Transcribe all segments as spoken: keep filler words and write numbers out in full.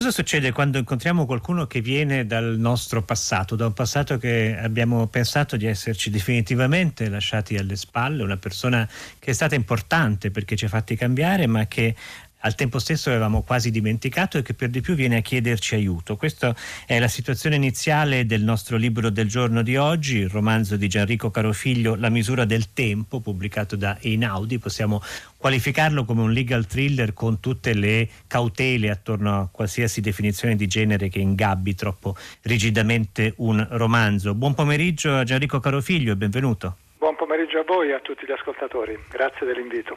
Cosa succede quando incontriamo qualcuno che viene dal nostro passato, da un passato che abbiamo pensato di esserci definitivamente lasciati alle spalle, una persona che è stata importante perché ci ha fatti cambiare, ma che al tempo stesso avevamo quasi dimenticato e che per di più viene a chiederci aiuto? Questa è la situazione iniziale del nostro libro del giorno di oggi, il romanzo di Gianrico Carofiglio, La misura del tempo, pubblicato da Einaudi. Possiamo qualificarlo come un legal thriller con tutte le cautele attorno a qualsiasi definizione di genere che ingabbi troppo rigidamente un romanzo. Buon pomeriggio a Gianrico Carofiglio e benvenuto. Buon pomeriggio a voi e a tutti gli ascoltatori. Grazie dell'invito.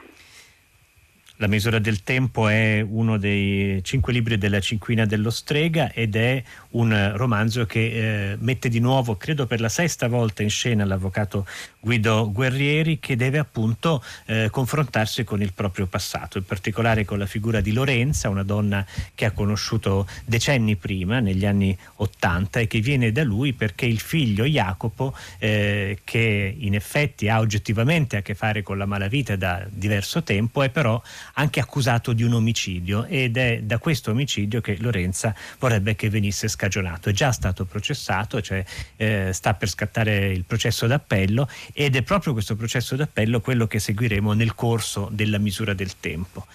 La misura del tempo è uno dei cinque libri della Cinquina dello Strega ed è un romanzo che eh, mette di nuovo, credo per la sesta volta in scena, l'avvocato Guido Guerrieri, che deve appunto eh, confrontarsi con il proprio passato, in particolare con la figura di Lorenza, una donna che ha conosciuto decenni prima, negli anni ottanta, e che viene da lui perché il figlio Jacopo, eh, che in effetti ha oggettivamente a che fare con la malavita da diverso tempo, è però anche accusato di un omicidio, ed è da questo omicidio che Lorenza vorrebbe che venisse scagionato. È già stato processato, cioè eh, sta per scattare il processo d'appello, ed è proprio questo processo d'appello quello che seguiremo nel corso della misura del tempo.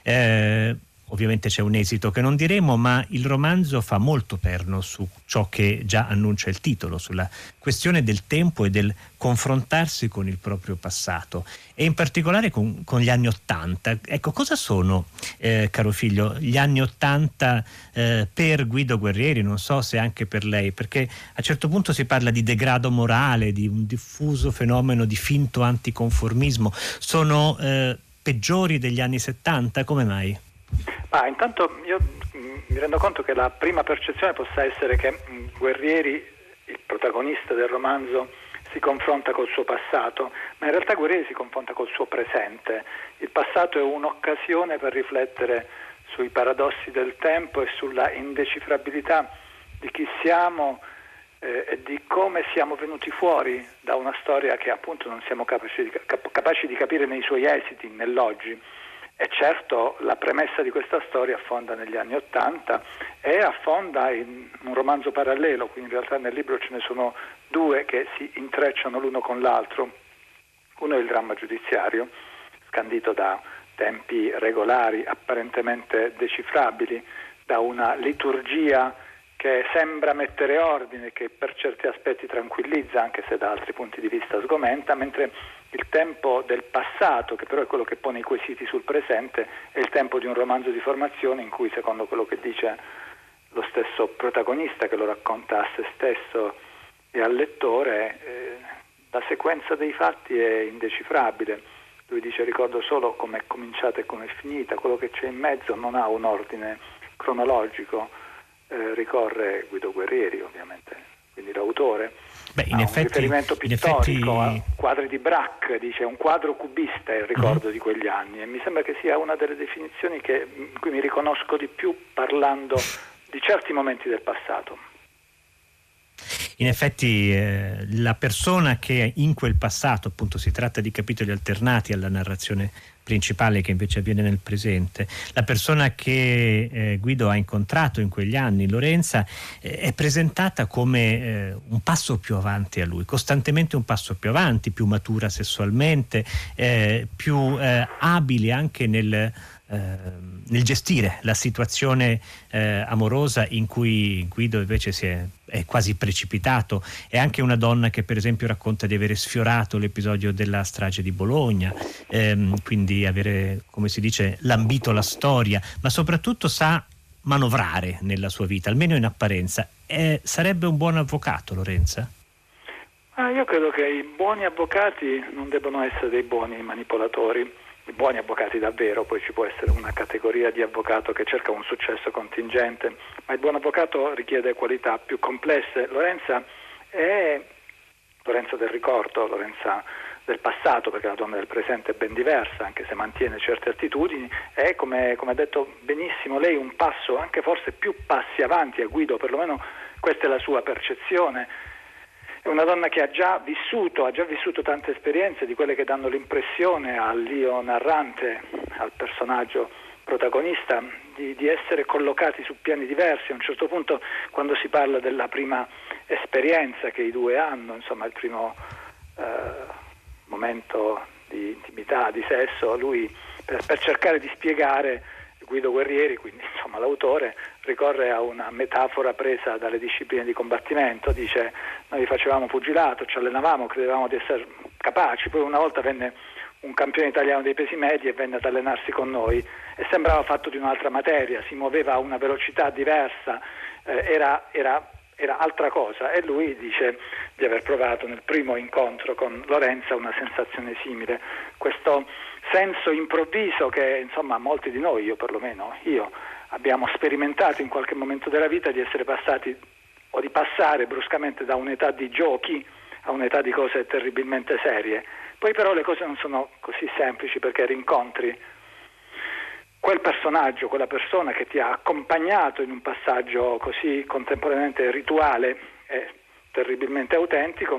Eh, Ovviamente c'è un esito che non diremo, ma il romanzo fa molto perno su ciò che già annuncia il titolo, sulla questione del tempo e del confrontarsi con il proprio passato, e in particolare con, con gli anni Ottanta. Ecco, cosa sono, eh, caro figlio, gli anni Ottanta eh, per Guido Guerrieri, non so se anche per lei, perché a un certo punto si parla di degrado morale, di un diffuso fenomeno di finto anticonformismo. Sono eh, peggiori degli anni settanta? Come mai? Ah, intanto io mh, mi rendo conto che la prima percezione possa essere che mh, Guerrieri, il protagonista del romanzo, si confronta col suo passato, ma in realtà Guerrieri si confronta col suo presente. Il passato è un'occasione per riflettere sui paradossi del tempo e sulla indecifrabilità di chi siamo eh, e di come siamo venuti fuori da una storia che appunto non siamo capaci di, cap- capaci di capire nei suoi esiti, nell'oggi. E certo la premessa di questa storia affonda negli anni Ottanta e affonda in un romanzo parallelo, quindi in realtà nel libro ce ne sono due che si intrecciano l'uno con l'altro. Uno è il dramma giudiziario, scandito da tempi regolari, apparentemente decifrabili, da una liturgia che sembra mettere ordine, che per certi aspetti tranquillizza, anche se da altri punti di vista sgomenta, mentre il tempo del passato, che però è quello che pone i quesiti sul presente, è il tempo di un romanzo di formazione in cui, secondo quello che dice lo stesso protagonista, che lo racconta a se stesso e al lettore, eh, la sequenza dei fatti è indecifrabile. Lui dice: ricordo solo come è cominciata e come è finita, quello che c'è in mezzo non ha un ordine cronologico. Eh, ricorre Guido Guerrieri, ovviamente, quindi l'autore. Beh, in ha effetti, un riferimento pittorico effetti... a quadri di Braque, dice un quadro cubista è il ricordo uh-huh. di quegli anni, e mi sembra che sia una delle definizioni che, in cui mi riconosco di più parlando di certi momenti del passato. In effetti eh, la persona che in quel passato, appunto si tratta di capitoli alternati alla narrazione principale che invece avviene nel presente, la persona che eh, Guido ha incontrato in quegli anni, Lorenza, eh, è presentata come eh, un passo più avanti a lui, costantemente un passo più avanti, più matura sessualmente, eh, più eh, abile anche nel Eh, nel gestire la situazione eh, amorosa in cui Guido invece si è, è quasi precipitato. È anche una donna che per esempio racconta di avere sfiorato l'episodio della strage di Bologna, ehm, quindi avere, come si dice, lambito la storia, ma soprattutto sa manovrare nella sua vita, almeno in apparenza. Eh, sarebbe un buon avvocato, Lorenza? Ah, io credo che i buoni avvocati non debbano essere dei buoni manipolatori. I buoni avvocati davvero, poi ci può essere una categoria di avvocato che cerca un successo contingente, ma il buon avvocato richiede qualità più complesse. Lorenza è Lorenza del ricordo, Lorenza del passato, perché la donna del presente è ben diversa, anche se mantiene certe attitudini. È, come, come ha detto benissimo lei, un passo, anche forse più passi avanti a Guido, perlomeno questa è la sua percezione. È una donna che ha già vissuto, ha già vissuto tante esperienze, di quelle che danno l'impressione all'io narrante, al personaggio protagonista di, di essere collocati su piani diversi. A un certo punto, quando si parla della prima esperienza che i due hanno, insomma il primo eh, momento di intimità, di sesso, lui per, per cercare di spiegare, Guido Guerrieri, quindi insomma l'autore, ricorre a una metafora presa dalle discipline di combattimento. Dice: noi facevamo pugilato, ci allenavamo, credevamo di essere capaci, poi una volta venne un campione italiano dei pesi medi e venne ad allenarsi con noi e sembrava fatto di un'altra materia, si muoveva a una velocità diversa, eh, era, era, era altra cosa, e lui dice di aver provato nel primo incontro con Lorenza una sensazione simile, questo senso improvviso che insomma molti di noi, io perlomeno, io abbiamo sperimentato in qualche momento della vita, di essere passati o di passare bruscamente da un'età di giochi a un'età di cose terribilmente serie. Poi però le cose non sono così semplici, perché rincontri quel personaggio, quella persona che ti ha accompagnato in un passaggio così contemporaneamente rituale e terribilmente autentico,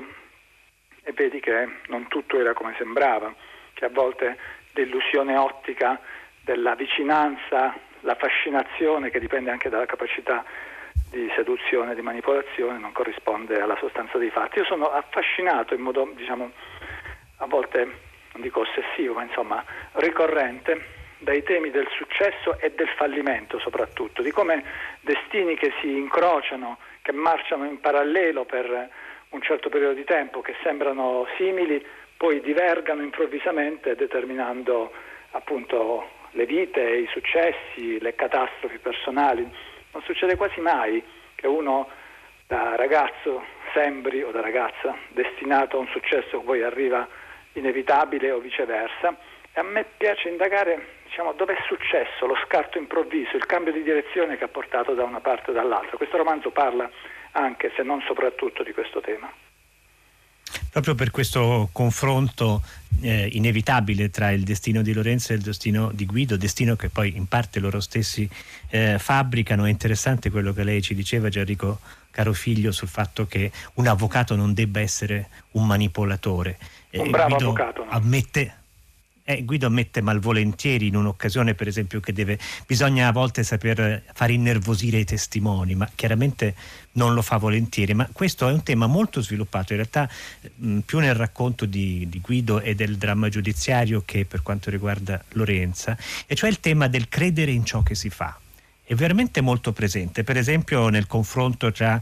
e vedi che non tutto era come sembrava, che a volte l'illusione ottica della vicinanza, la fascinazione, che dipende anche dalla capacità di seduzione, di manipolazione, non corrisponde alla sostanza dei fatti. Io sono affascinato in modo, diciamo, a volte non dico ossessivo, ma insomma ricorrente, dai temi del successo e del fallimento, soprattutto di come destini che si incrociano, che marciano in parallelo per un certo periodo di tempo, che sembrano simili, poi divergano improvvisamente, determinando appunto le vite, i successi, le catastrofi personali. Non succede quasi mai che uno da ragazzo sembri, o da ragazza, destinato a un successo che poi arriva inevitabile o viceversa. E a me piace indagare, diciamo, dove è successo lo scarto improvviso, il cambio di direzione che ha portato da una parte o dall'altra. Questo romanzo parla anche, se non soprattutto, di questo tema. Proprio per questo confronto eh, inevitabile tra il destino di Lorenzo e il destino di Guido, destino che poi in parte loro stessi eh, fabbricano, è interessante quello che lei ci diceva, Gianrico Carofiglio, sul fatto che un avvocato non debba essere un manipolatore. Eh, un bravo Guido avvocato, no? ammette Eh, Guido ammette malvolentieri, in un'occasione per esempio che deve, bisogna a volte saper far innervosire i testimoni, ma chiaramente non lo fa volentieri. Ma questo è un tema molto sviluppato in realtà, mh, più nel racconto di, di Guido e del dramma giudiziario che per quanto riguarda Lorenza, e cioè il tema del credere in ciò che si fa. È veramente molto presente, per esempio nel confronto tra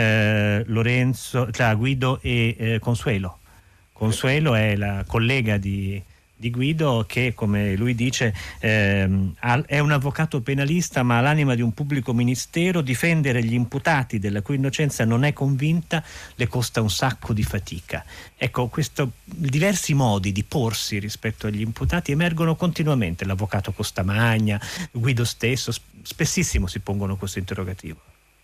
eh, Lorenzo, tra Guido e eh, Consuelo. Consuelo è la collega di di Guido che, come lui dice, ehm, è un avvocato penalista ma ha l'anima di un pubblico ministero. Difendere gli imputati della cui innocenza non è convinta le costa un sacco di fatica. Ecco, questo, diversi modi di porsi rispetto agli imputati emergono continuamente. L'avvocato Costamagna, Guido stesso, spessissimo si pongono questo interrogativo.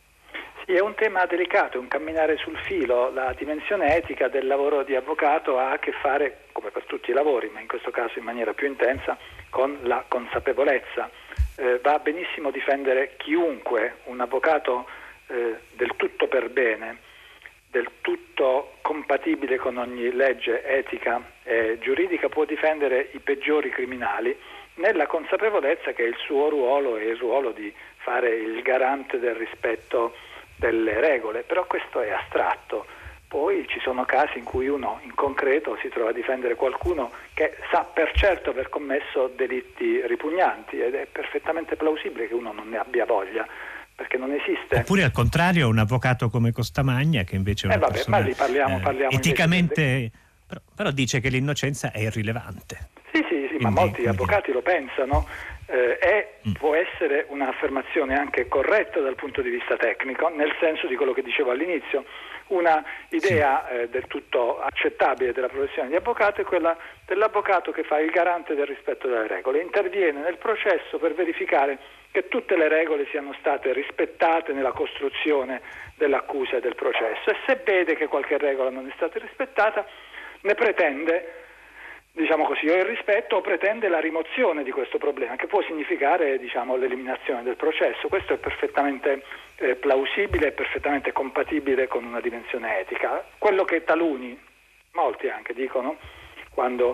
Sì, è un tema delicato, è un camminare sul filo. La dimensione etica del lavoro di avvocato ha a che fare, come per tutti i lavori, ma in questo caso in maniera più intensa, con la consapevolezza. Eh, va benissimo difendere chiunque. Un avvocato eh, del tutto per bene, del tutto compatibile con ogni legge etica e giuridica, può difendere i peggiori criminali, nella consapevolezza che il suo ruolo è il ruolo di fare il garante del rispetto delle regole. Però questo è astratto. Poi ci sono casi in cui uno in concreto si trova a difendere qualcuno che sa per certo aver commesso delitti ripugnanti, ed è perfettamente plausibile che uno non ne abbia voglia, perché non esiste. Oppure al contrario un avvocato come Costamagna, che invece è una eh vabbè, persona ma lì parliamo, parliamo eh, eticamente invece... però, però dice che l'innocenza è irrilevante. Sì, sì, sì, quindi, ma molti avvocati lo pensano. Eh, e mm. può essere un'affermazione anche corretta dal punto di vista tecnico, nel senso di quello che dicevo all'inizio. Una idea sì. eh, del tutto accettabile della professione di avvocato è quella dell'avvocato che fa il garante del rispetto delle regole, interviene nel processo per verificare che tutte le regole siano state rispettate nella costruzione dell'accusa e del processo, e se vede che qualche regola non è stata rispettata ne pretende, diciamo così, o il rispetto o pretende la rimozione di questo problema, che può significare, diciamo, l'eliminazione del processo. Questo è perfettamente eh, plausibile e perfettamente compatibile con una dimensione etica. Quello che taluni, molti anche, dicono quando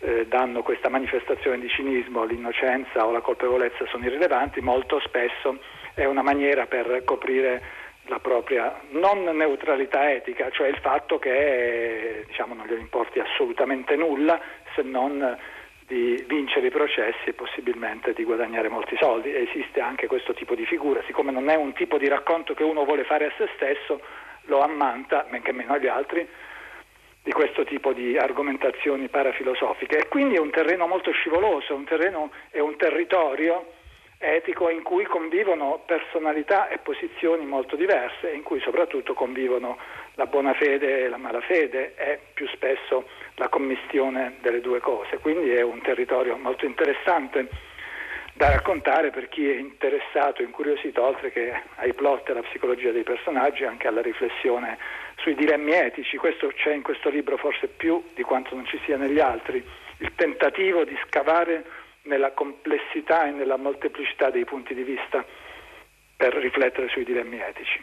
eh, danno questa manifestazione di cinismo, l'innocenza o la colpevolezza sono irrilevanti, molto spesso è una maniera per coprire la propria non neutralità etica, cioè il fatto che diciamo non gli importi assolutamente nulla se non di vincere i processi e possibilmente di guadagnare molti soldi. Esiste anche questo tipo di figura, siccome non è un tipo di racconto che uno vuole fare a se stesso, lo ammanta, men che meno agli altri, di questo tipo di argomentazioni parafilosofiche, e quindi è un terreno molto scivoloso, un terreno è un territorio etico in cui convivono personalità e posizioni molto diverse, e in cui soprattutto convivono la buona fede e la malafede e più spesso la commistione delle due cose. Quindi è un territorio molto interessante da raccontare per chi è interessato, incuriosito, oltre che ai plot e alla psicologia dei personaggi, anche alla riflessione sui dilemmi etici. Questo c'è in questo libro forse più di quanto non ci sia negli altri, il tentativo di scavare nella complessità e nella molteplicità dei punti di vista per riflettere sui dilemmi etici.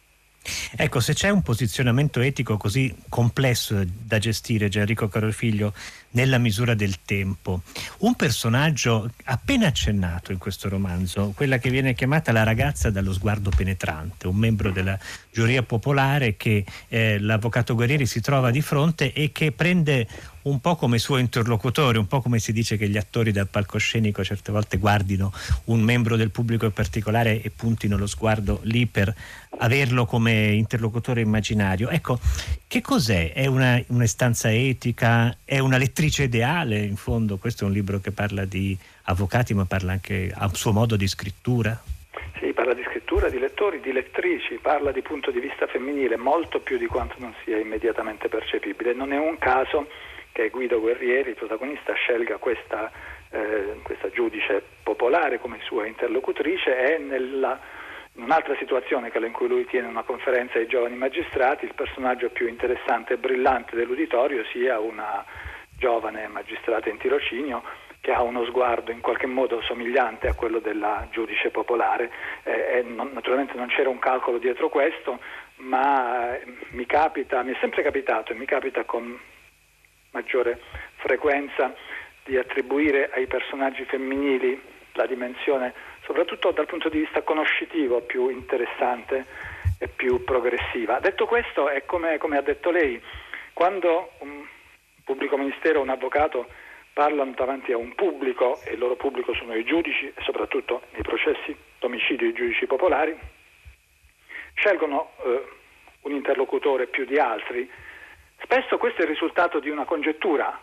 Ecco, se c'è un posizionamento etico così complesso da gestire, Gianrico Carofiglio, nella misura del tempo, un personaggio appena accennato in questo romanzo, quella che viene chiamata la ragazza dallo sguardo penetrante, un membro della giuria popolare che eh, l'avvocato Guerrieri si trova di fronte e che prende un po' come suo interlocutore, un po' come si dice che gli attori dal palcoscenico certe volte guardino un membro del pubblico in particolare e puntino lo sguardo lì per averlo come interlocutore immaginario. Ecco, che cos'è? È una, un'istanza etica? È una lettrice ideale? In fondo questo è un libro che parla di avvocati, ma parla anche a suo modo di scrittura. Sì, parla di scrittura, di lettori, di lettrici, parla di punto di vista femminile, molto più di quanto non sia immediatamente percepibile. Non è un caso che Guido Guerrieri, il protagonista, scelga questa, eh, questa giudice popolare come sua interlocutrice, e nella, in un'altra situazione, quella in cui lui tiene una conferenza ai giovani magistrati, il personaggio più interessante e brillante dell'uditorio sia una giovane magistrata in tirocinio che ha uno sguardo in qualche modo somigliante a quello della giudice popolare. Eh, e non, naturalmente non c'era un calcolo dietro questo, ma mi capita, mi è sempre capitato e mi capita con maggiore frequenza di attribuire ai personaggi femminili la dimensione, soprattutto dal punto di vista conoscitivo, più interessante e più progressiva. Detto questo, è come, come ha detto lei, quando un pubblico ministero o un avvocato parlano davanti a un pubblico, e il loro pubblico sono i giudici, e soprattutto nei processi d'omicidio i giudici popolari, scelgono eh, un interlocutore più di altri. Spesso questo è il risultato di una congettura,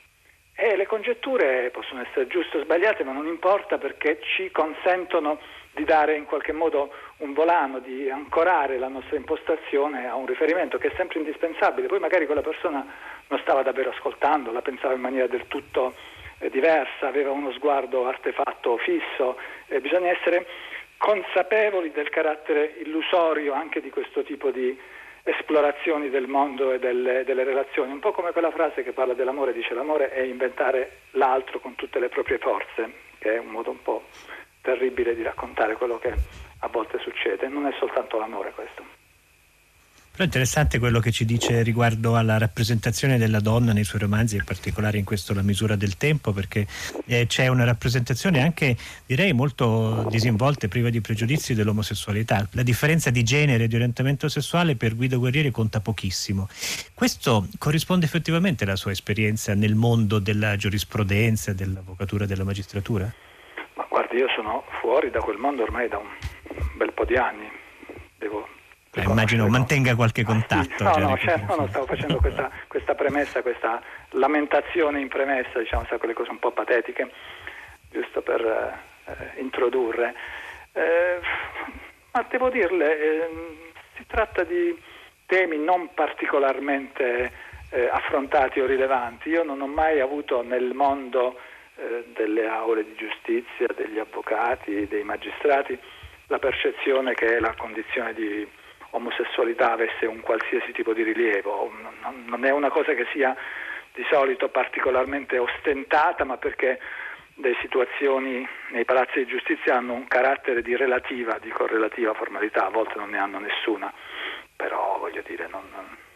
e le congetture possono essere giuste o sbagliate, ma non importa, perché ci consentono di dare in qualche modo un volano, di ancorare la nostra impostazione a un riferimento che è sempre indispensabile. Poi magari quella persona non stava davvero ascoltando, la pensava in maniera del tutto eh, diversa, aveva uno sguardo artefatto fisso, eh, bisogna essere consapevoli del carattere illusorio anche di questo tipo di esplorazioni del mondo e delle, delle relazioni, un po' come quella frase che parla dell'amore, dice: l'amore è inventare l'altro con tutte le proprie forze, che è un modo un po' terribile di raccontare quello che a volte succede. Non è soltanto l'amore questo. Però è interessante quello che ci dice riguardo alla rappresentazione della donna nei suoi romanzi, in particolare in questo La misura del tempo, perché eh, c'è una rappresentazione anche, direi, molto disinvolta e priva di pregiudizi dell'omosessualità. La differenza di genere e di orientamento sessuale per Guido Guerrieri conta pochissimo. Questo corrisponde effettivamente alla sua esperienza nel mondo della giurisprudenza, dell'avvocatura e della magistratura? Ma guardi, io sono fuori da quel mondo ormai da un bel po' di anni, devo Eh, immagino mantenga qualche contatto. Ah, sì. No, no, certo, no, stavo facendo questa, questa premessa, questa lamentazione in premessa, diciamo, sa, quelle cose un po' patetiche, giusto per eh, introdurre. Eh, ma devo dirle, eh, si tratta di temi non particolarmente eh, affrontati o rilevanti. Io non ho mai avuto nel mondo eh, delle aule di giustizia, degli avvocati, dei magistrati, la percezione che la condizione di omosessualità avesse un qualsiasi tipo di rilievo. Non è una cosa che sia di solito particolarmente ostentata, ma perché le situazioni nei palazzi di giustizia hanno un carattere di relativa, di correlativa formalità, a volte non ne hanno nessuna, però voglio dire, non,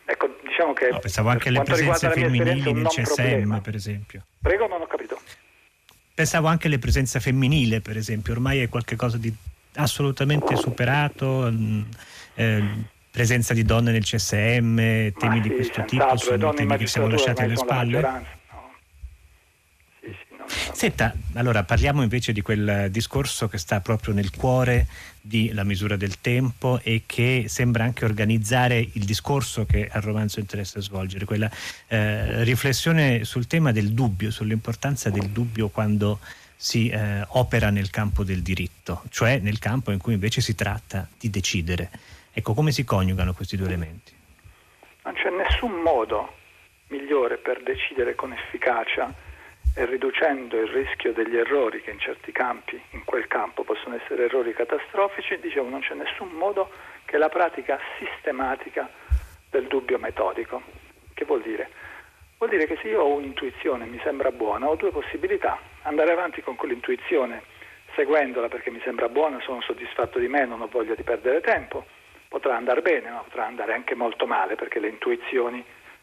Ecco, diciamo che no, pensavo anche alle presenze femminili nel C S M, per esempio. Prego, non ho capito. Pensavo anche alle presenze femminile, per esempio, ormai è qualcosa di assolutamente superato, eh, presenza di donne nel C S M, temi Ma di sì, questo tipo sono temi che siamo lasciati alle spalle? No. Sì, sì, no, no. Senta, allora parliamo invece di quel discorso che sta proprio nel cuore di La misura del tempo e che sembra anche organizzare il discorso che al romanzo interessa svolgere, quella eh, riflessione sul tema del dubbio, sull'importanza del dubbio quando si eh, opera nel campo del diritto, cioè nel campo in cui invece si tratta di decidere. Ecco, come si coniugano questi due elementi? Non c'è nessun modo migliore per decidere con efficacia e riducendo il rischio degli errori che in certi campi, in quel campo possono essere errori catastrofici. Dicevo, non c'è nessun modo che la pratica sistematica del dubbio metodico. Che vuol dire? Vuol dire che se io ho un'intuizione, mi sembra buona, ho due possibilità: andare avanti con quell'intuizione seguendola perché mi sembra buona, sono soddisfatto di me, non ho voglia di perdere tempo. Potrà andare bene, ma potrà andare anche molto male, perché le intuizioni,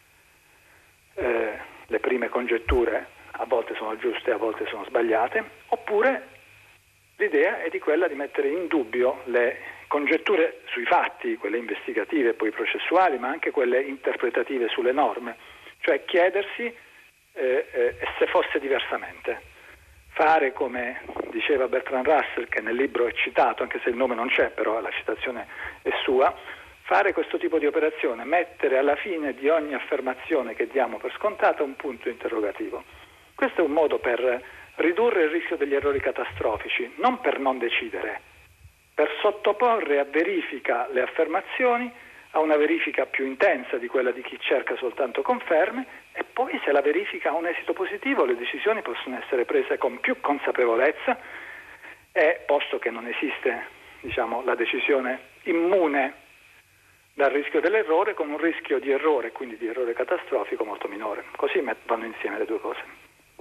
eh, le prime congetture a volte sono giuste, a volte sono sbagliate. Oppure l'idea è di quella di mettere in dubbio le congetture sui fatti, quelle investigative e poi processuali, ma anche quelle interpretative sulle norme, cioè chiedersi eh, eh, se fosse diversamente. Fare, come diceva Bertrand Russell, che nel libro è citato, anche se il nome non c'è, però la citazione è sua, fare questo tipo di operazione, mettere alla fine di ogni affermazione che diamo per scontata un punto interrogativo. Questo è un modo per ridurre il rischio degli errori catastrofici, non per non decidere, per sottoporre a verifica le affermazioni, a una verifica più intensa di quella di chi cerca soltanto conferme, e poi se la verifica ha un esito positivo le decisioni possono essere prese con più consapevolezza, e posto che non esiste, diciamo, la decisione immune dal rischio dell'errore, con un rischio di errore, quindi di errore catastrofico, molto minore. Così vanno insieme le due cose.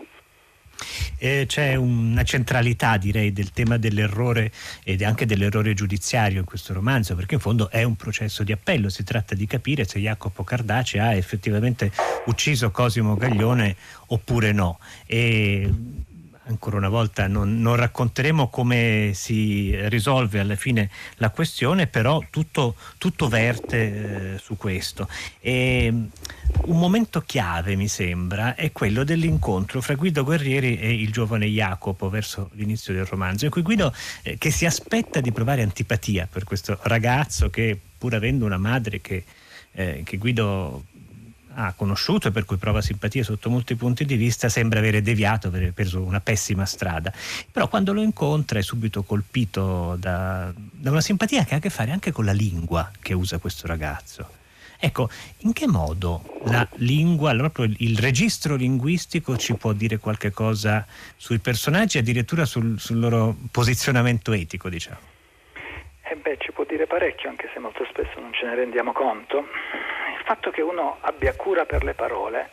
Eh, c'è una centralità, direi, del tema dell'errore ed anche dell'errore giudiziario in questo romanzo, perché in fondo è un processo di appello, si tratta di capire se Jacopo Cardace ha effettivamente ucciso Cosimo Gaglione oppure no. E ancora una volta non, non racconteremo come si risolve alla fine la questione, però tutto, tutto verte eh, su questo. E un momento chiave, mi sembra, è quello dell'incontro fra Guido Guerrieri e il giovane Jacopo verso l'inizio del romanzo, in cui Guido eh, che si aspetta di provare antipatia per questo ragazzo che, pur avendo una madre che, eh, che Guido ha conosciuto e per cui prova simpatia sotto molti punti di vista, sembra avere deviato, avere preso una pessima strada. Però quando lo incontra è subito colpito da, da una simpatia che ha a che fare anche con la lingua che usa questo ragazzo. Ecco, in che modo la lingua, proprio il, il registro linguistico ci può dire qualche cosa sui personaggi, addirittura sul, sul loro posizionamento etico, diciamo? Eh beh, ci può dire parecchio, anche se molto spesso non ce ne rendiamo conto. Il fatto che uno abbia cura per le parole,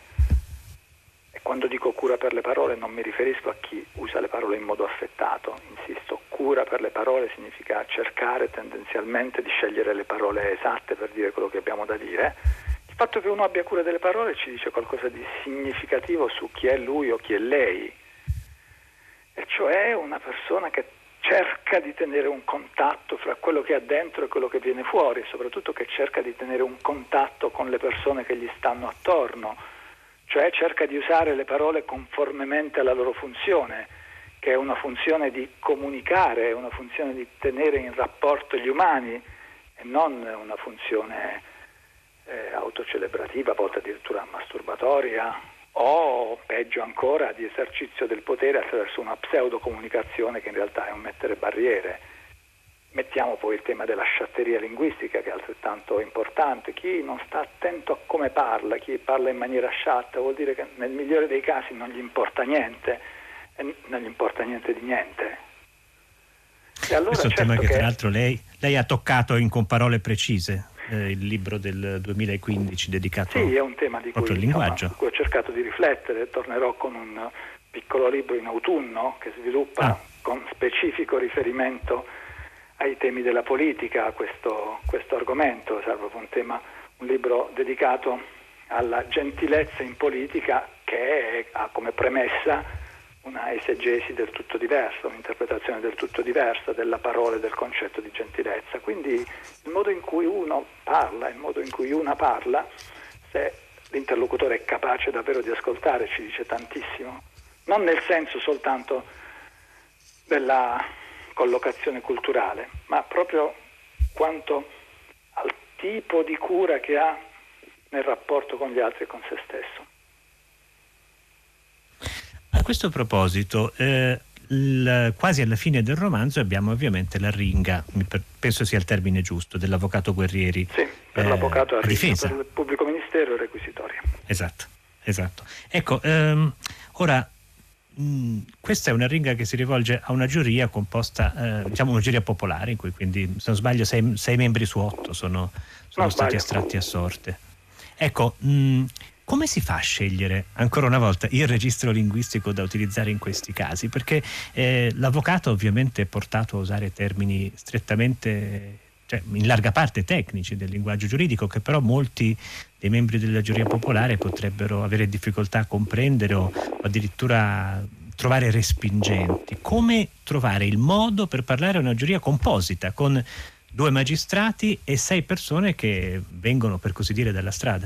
e quando dico cura per le parole non mi riferisco a chi usa le parole in modo affettato, insisto, cura per le parole significa cercare tendenzialmente di scegliere le parole esatte per dire quello che abbiamo da dire. Il fatto che uno abbia cura delle parole ci dice qualcosa di significativo su chi è lui o chi è lei, e cioè una persona che cerca di tenere un contatto fra quello che ha dentro e quello che viene fuori, e soprattutto che cerca di tenere un contatto con le persone che gli stanno attorno, cioè cerca di usare le parole conformemente alla loro funzione, che è una funzione di comunicare, è una funzione di tenere in rapporto gli umani e non una funzione eh, autocelebrativa, a volte addirittura masturbatoria, o peggio ancora di esercizio del potere attraverso una pseudocomunicazione che in realtà è un mettere barriere. Mettiamo poi il tema della sciatteria linguistica, che è altrettanto importante. Chi non sta attento a come parla, chi parla in maniera sciatta, vuol dire che nel migliore dei casi non gli importa niente, e non gli importa niente di niente. E allora, questo è un certo tema che, che tra l'altro lei, lei ha toccato in Con parole precise. Eh, il libro del duemilaquindici dedicato sì, è un tema di proprio cui, al linguaggio. Insomma, cui ho cercato di riflettere. Tornerò con un piccolo libro in autunno che sviluppa ah. con specifico riferimento ai temi della politica questo, questo argomento. Sarà proprio un tema, un libro dedicato alla gentilezza in politica, che ha come premessa una esegesi del tutto diversa, un'interpretazione del tutto diversa della parola e del concetto di gentilezza. Quindi il modo in cui uno parla, il modo in cui una parla, se l'interlocutore è capace davvero di ascoltare, ci dice tantissimo, non nel senso soltanto della collocazione culturale, ma proprio quanto al tipo di cura che ha nel rapporto con gli altri e con se stesso. A questo proposito, eh, il, quasi alla fine del romanzo abbiamo ovviamente l'arringa, penso sia il termine giusto, dell'avvocato Guerrieri. Sì, per eh, l'avvocato a difesa. Per il pubblico ministero e requisitorio. Esatto, esatto. Ecco, ehm, ora mh, questa è una ringa che si rivolge a una giuria composta, eh, diciamo una giuria popolare, in cui quindi, se non sbaglio, sei, sei membri su otto sono, sono stati estratti a sorte. Ecco, mh, come si fa a scegliere, ancora una volta, il registro linguistico da utilizzare in questi casi? Perché eh, l'avvocato ovviamente è portato a usare termini strettamente, cioè in larga parte tecnici del linguaggio giuridico, che però molti dei membri della giuria popolare potrebbero avere difficoltà a comprendere o addirittura trovare respingenti. Come trovare il modo per parlare a una giuria composita con due magistrati e sei persone che vengono, per così dire, dalla strada?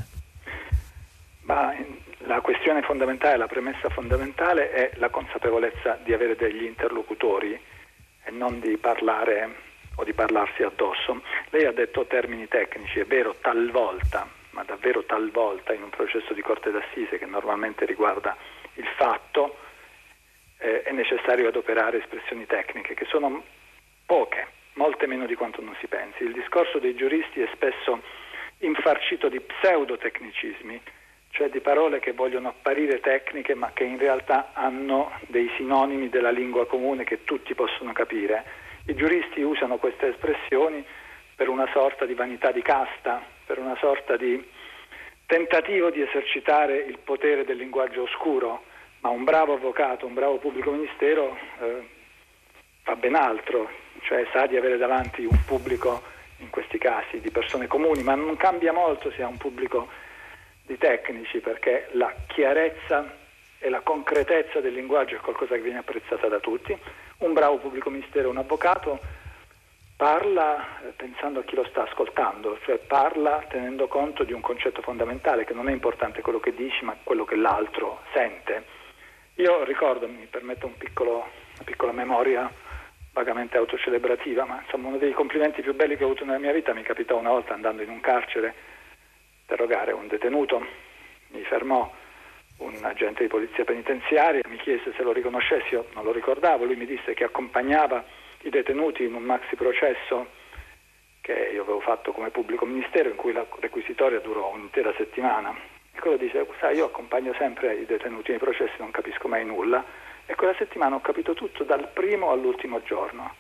Ma la questione fondamentale, la premessa fondamentale è la consapevolezza di avere degli interlocutori e non di parlare o di parlarsi addosso. Lei ha detto termini tecnici, è vero, talvolta, ma davvero talvolta in un processo di corte d'assise che normalmente riguarda il fatto, eh, è necessario adoperare espressioni tecniche che sono poche, molte meno di quanto non si pensi. Il discorso dei giuristi è spesso infarcito di pseudotecnicismi, cioè di parole che vogliono apparire tecniche ma che in realtà hanno dei sinonimi della lingua comune che tutti possono capire. I giuristi usano queste espressioni per una sorta di vanità di casta, per una sorta di tentativo di esercitare il potere del linguaggio oscuro, ma un bravo avvocato, un bravo pubblico ministero eh, fa ben altro, cioè sa di avere davanti un pubblico, in questi casi, di persone comuni, ma non cambia molto se ha un pubblico di tecnici, perché la chiarezza e la concretezza del linguaggio è qualcosa che viene apprezzata da tutti. Un bravo pubblico ministero, un avvocato, parla pensando a chi lo sta ascoltando, cioè parla tenendo conto di un concetto fondamentale, che non è importante quello che dici, ma quello che l'altro sente. Io ricordo, mi permetto un piccolo, una piccola memoria vagamente autocelebrativa, ma insomma uno dei complimenti più belli che ho avuto nella mia vita mi capitò una volta andando in un carcere interrogare un detenuto. Mi fermò un agente di polizia penitenziaria, mi chiese se lo riconoscessi, io non lo ricordavo, lui mi disse che accompagnava i detenuti in un maxi processo che io avevo fatto come pubblico ministero, in cui la requisitoria durò un'intera settimana. E quello dice: sai, io accompagno sempre i detenuti nei processi, non capisco mai nulla, e quella settimana ho capito tutto dal primo all'ultimo giorno.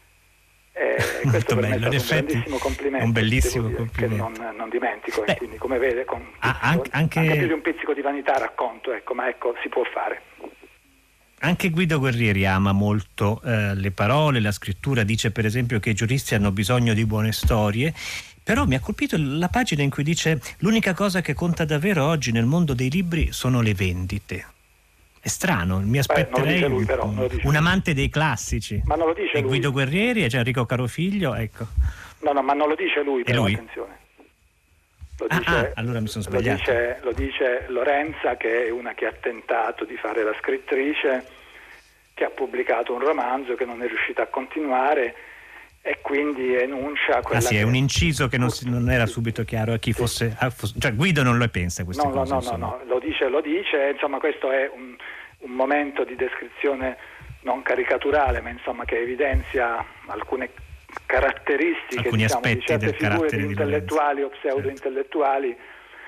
E questo per me è stato un grandissimo complimento, un bellissimo dire, complimento che non, non dimentico. Beh, e quindi, come vede, con ah, pizzico, anche, anche più di un pizzico di vanità racconto, ecco, ma ecco, si può fare. Anche Guido Guerrieri ama molto eh, le parole, la scrittura. Dice per esempio che i giuristi hanno bisogno di buone storie, però mi ha colpito la pagina in cui dice: l'unica cosa che conta davvero oggi nel mondo dei libri sono le vendite. È strano, mi aspetterei Beh, lui, però, un, un amante dei classici. Ma non lo dice e lui. Guido Guerrieri e c'è Enrico Carofiglio, ecco. No, no, ma non lo dice lui, però, lui? attenzione. Lo ah, dice, ah, allora mi sono sbagliato. Lo dice, lo dice Lorenza, che è una che ha tentato di fare la scrittrice, che ha pubblicato un romanzo che non è riuscita a continuare, e quindi enuncia quella. Ah sì, che... è un inciso che non, si, non era subito chiaro a chi fosse, a, fosse. Cioè Guido non lo pensa queste no, cose. No, no, no, no, lo dice, lo dice, insomma questo è un, un momento di descrizione non caricaturale, ma insomma che evidenzia alcune caratteristiche, alcuni diciamo, aspetti di certe del figure carattere di intellettuali o pseudo-intellettuali, certo,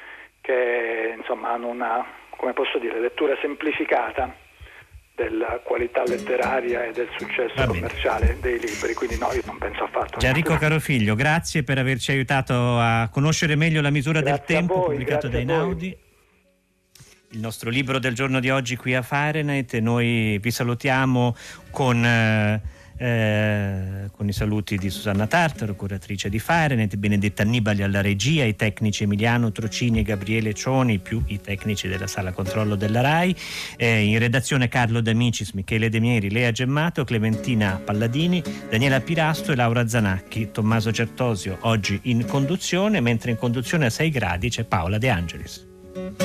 che insomma hanno una, come posso dire, lettura semplificata della qualità letteraria e del successo commerciale dei libri, quindi no, io non penso affatto. Gianrico Carofiglio, grazie per averci aiutato a conoscere meglio La misura grazie del tempo, voi, pubblicato da Einaudi. Il nostro libro del giorno di oggi qui a Fahrenheit, e noi vi salutiamo con eh, eh, con i saluti di Susanna Tartaro, curatrice di Fahrenheit, Benedetta Annibali alla regia, i tecnici Emiliano Trocini e Gabriele Cioni, più i tecnici della sala controllo della RAI, eh, in redazione Carlo D'Amicis, Michele De Mieri, Lea Gemmato, Clementina Palladini, Daniela Pirasto e Laura Zanacchi. Tommaso Certosio oggi in conduzione, mentre in conduzione a sei gradi c'è Paola De Angelis.